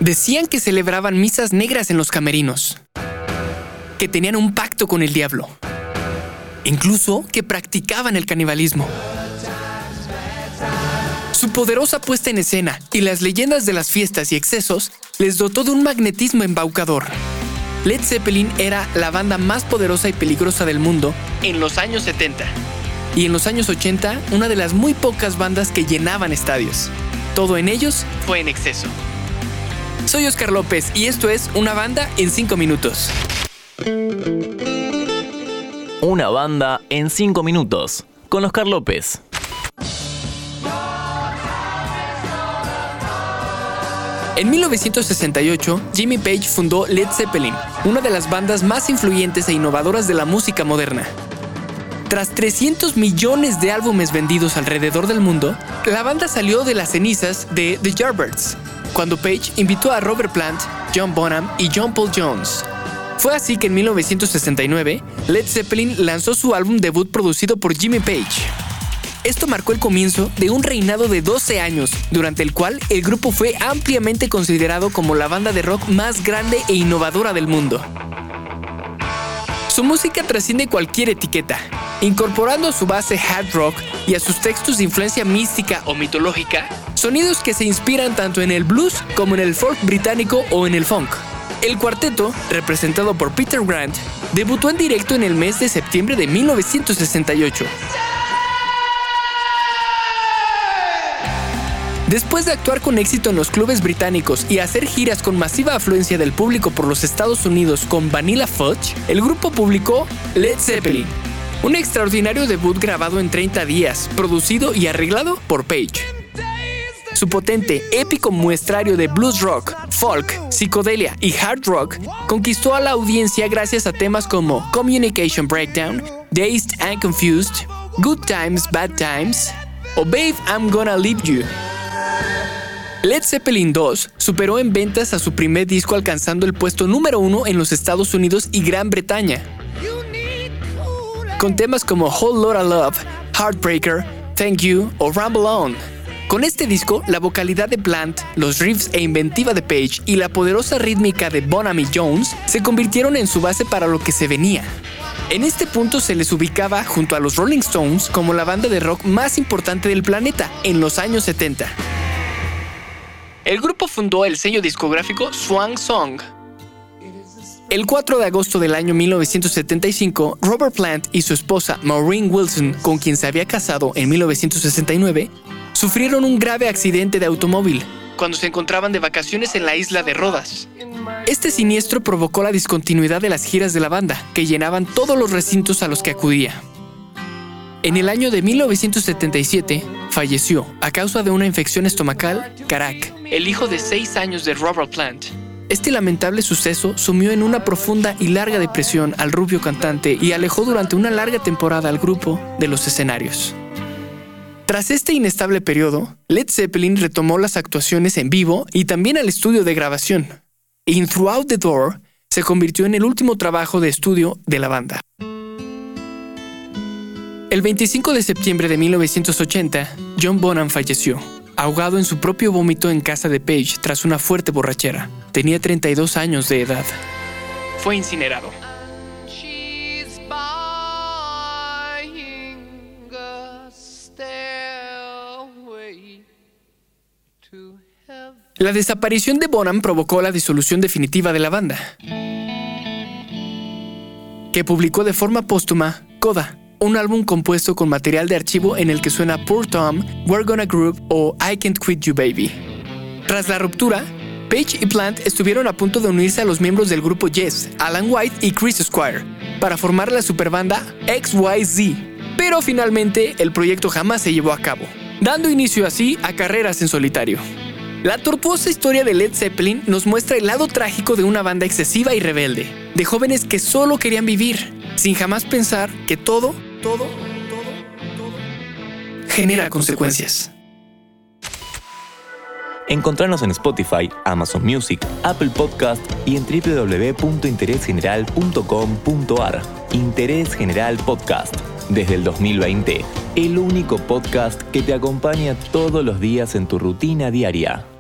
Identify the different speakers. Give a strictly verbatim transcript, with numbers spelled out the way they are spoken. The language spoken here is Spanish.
Speaker 1: Decían que celebraban misas negras en los camerinos, que tenían un pacto con el diablo, incluso que practicaban el canibalismo. Su poderosa puesta en escena y las leyendas de las fiestas y excesos les dotó de un magnetismo embaucador. Led Zeppelin era la banda más poderosa y peligrosa del mundo en los años setenta. Y en los años ochenta, una de las muy pocas bandas que llenaban estadios. Todo en ellos fue en exceso. Soy Oscar López y esto es Una Banda en cinco minutos.
Speaker 2: Una banda en cinco minutos, con Oscar López.
Speaker 1: En mil novecientos sesenta y ocho, Jimmy Page fundó Led Zeppelin, una de las bandas más influyentes e innovadoras de la música moderna. Tras trescientos millones de álbumes vendidos alrededor del mundo, la banda salió de las cenizas de The Yardbirds, cuando Page invitó a Robert Plant, John Bonham y John Paul Jones. Fue así que en mil novecientos sesenta y nueve, Led Zeppelin lanzó su álbum debut producido por Jimmy Page. Esto marcó el comienzo de un reinado de doce años, durante el cual el grupo fue ampliamente considerado como la banda de rock más grande e innovadora del mundo. Su música trasciende cualquier etiqueta, incorporando a su base hard rock y a sus textos de influencia mística o mitológica, sonidos que se inspiran tanto en el blues como en el folk británico o en el funk. El cuarteto, representado por Peter Grant, debutó en directo en el mes de septiembre de mil novecientos sesenta y ocho. Después de actuar con éxito en los clubes británicos y hacer giras con masiva afluencia del público por los Estados Unidos con Vanilla Fudge, el grupo publicó Led Zeppelin, un extraordinario debut grabado en treinta días, producido y arreglado por Page. Su potente, épico muestrario de blues rock, folk, psicodelia y hard rock conquistó a la audiencia gracias a temas como Communication Breakdown, Dazed and Confused, Good Times, Bad Times o Babe, I'm Gonna Leave You. Led Zeppelin dos superó en ventas a su primer disco, alcanzando el puesto número uno en los Estados Unidos y Gran Bretaña, con temas como Whole Lotta Love, Heartbreaker, Thank You o Rumble On. Con este disco, la vocalidad de Plant, los riffs e inventiva de Page y la poderosa rítmica de Bonham y Jones se convirtieron en su base para lo que se venía. En este punto se les ubicaba junto a los Rolling Stones como la banda de rock más importante del planeta en los años setenta. El grupo fundó el sello discográfico Swan Song. El cuatro de agosto del año mil novecientos setenta y cinco, Robert Plant y su esposa Maureen Wilson, con quien se había casado en mil novecientos sesenta y nueve, sufrieron un grave accidente de automóvil cuando se encontraban de vacaciones en la isla de Rodas. Este siniestro provocó la discontinuidad de las giras de la banda, que llenaban todos los recintos a los que acudía. En el año de mil novecientos setenta y siete, falleció a causa de una infección estomacal Karak, el hijo de seis años de Robert Plant. Este lamentable suceso sumió en una profunda y larga depresión al rubio cantante y alejó durante una larga temporada al grupo de los escenarios. Tras este inestable periodo, Led Zeppelin retomó las actuaciones en vivo y también al estudio de grabación. In Throughout the Door se convirtió en el último trabajo de estudio de la banda. El veinticinco de septiembre de mil novecientos ochenta, John Bonham falleció, ahogado en su propio vómito en casa de Page tras una fuerte borrachera. Tenía treinta y dos años de edad. Fue incinerado. La desaparición de Bonham provocó la disolución definitiva de la banda, que publicó de forma póstuma Coda, un álbum compuesto con material de archivo en el que suena Poor Tom, We're Gonna Groove o I Can't Quit You Baby. Tras la ruptura, Page y Plant estuvieron a punto de unirse a los miembros del grupo Yes, Alan White y Chris Squire, para formar la superbanda X Y Z, pero finalmente el proyecto jamás se llevó a cabo, dando inicio así a carreras en solitario. La tortuosa historia de Led Zeppelin nos muestra el lado trágico de una banda excesiva y rebelde, de jóvenes que solo querían vivir, sin jamás pensar que todo, todo, todo, todo genera consecuencias.
Speaker 2: Encontrarnos en Spotify, Amazon Music, Apple Podcast y en doble u doble u doble u punto interés general punto com punto a r. Interés General Podcast. Desde el dos mil veinte, el único podcast que te acompaña todos los días en tu rutina diaria.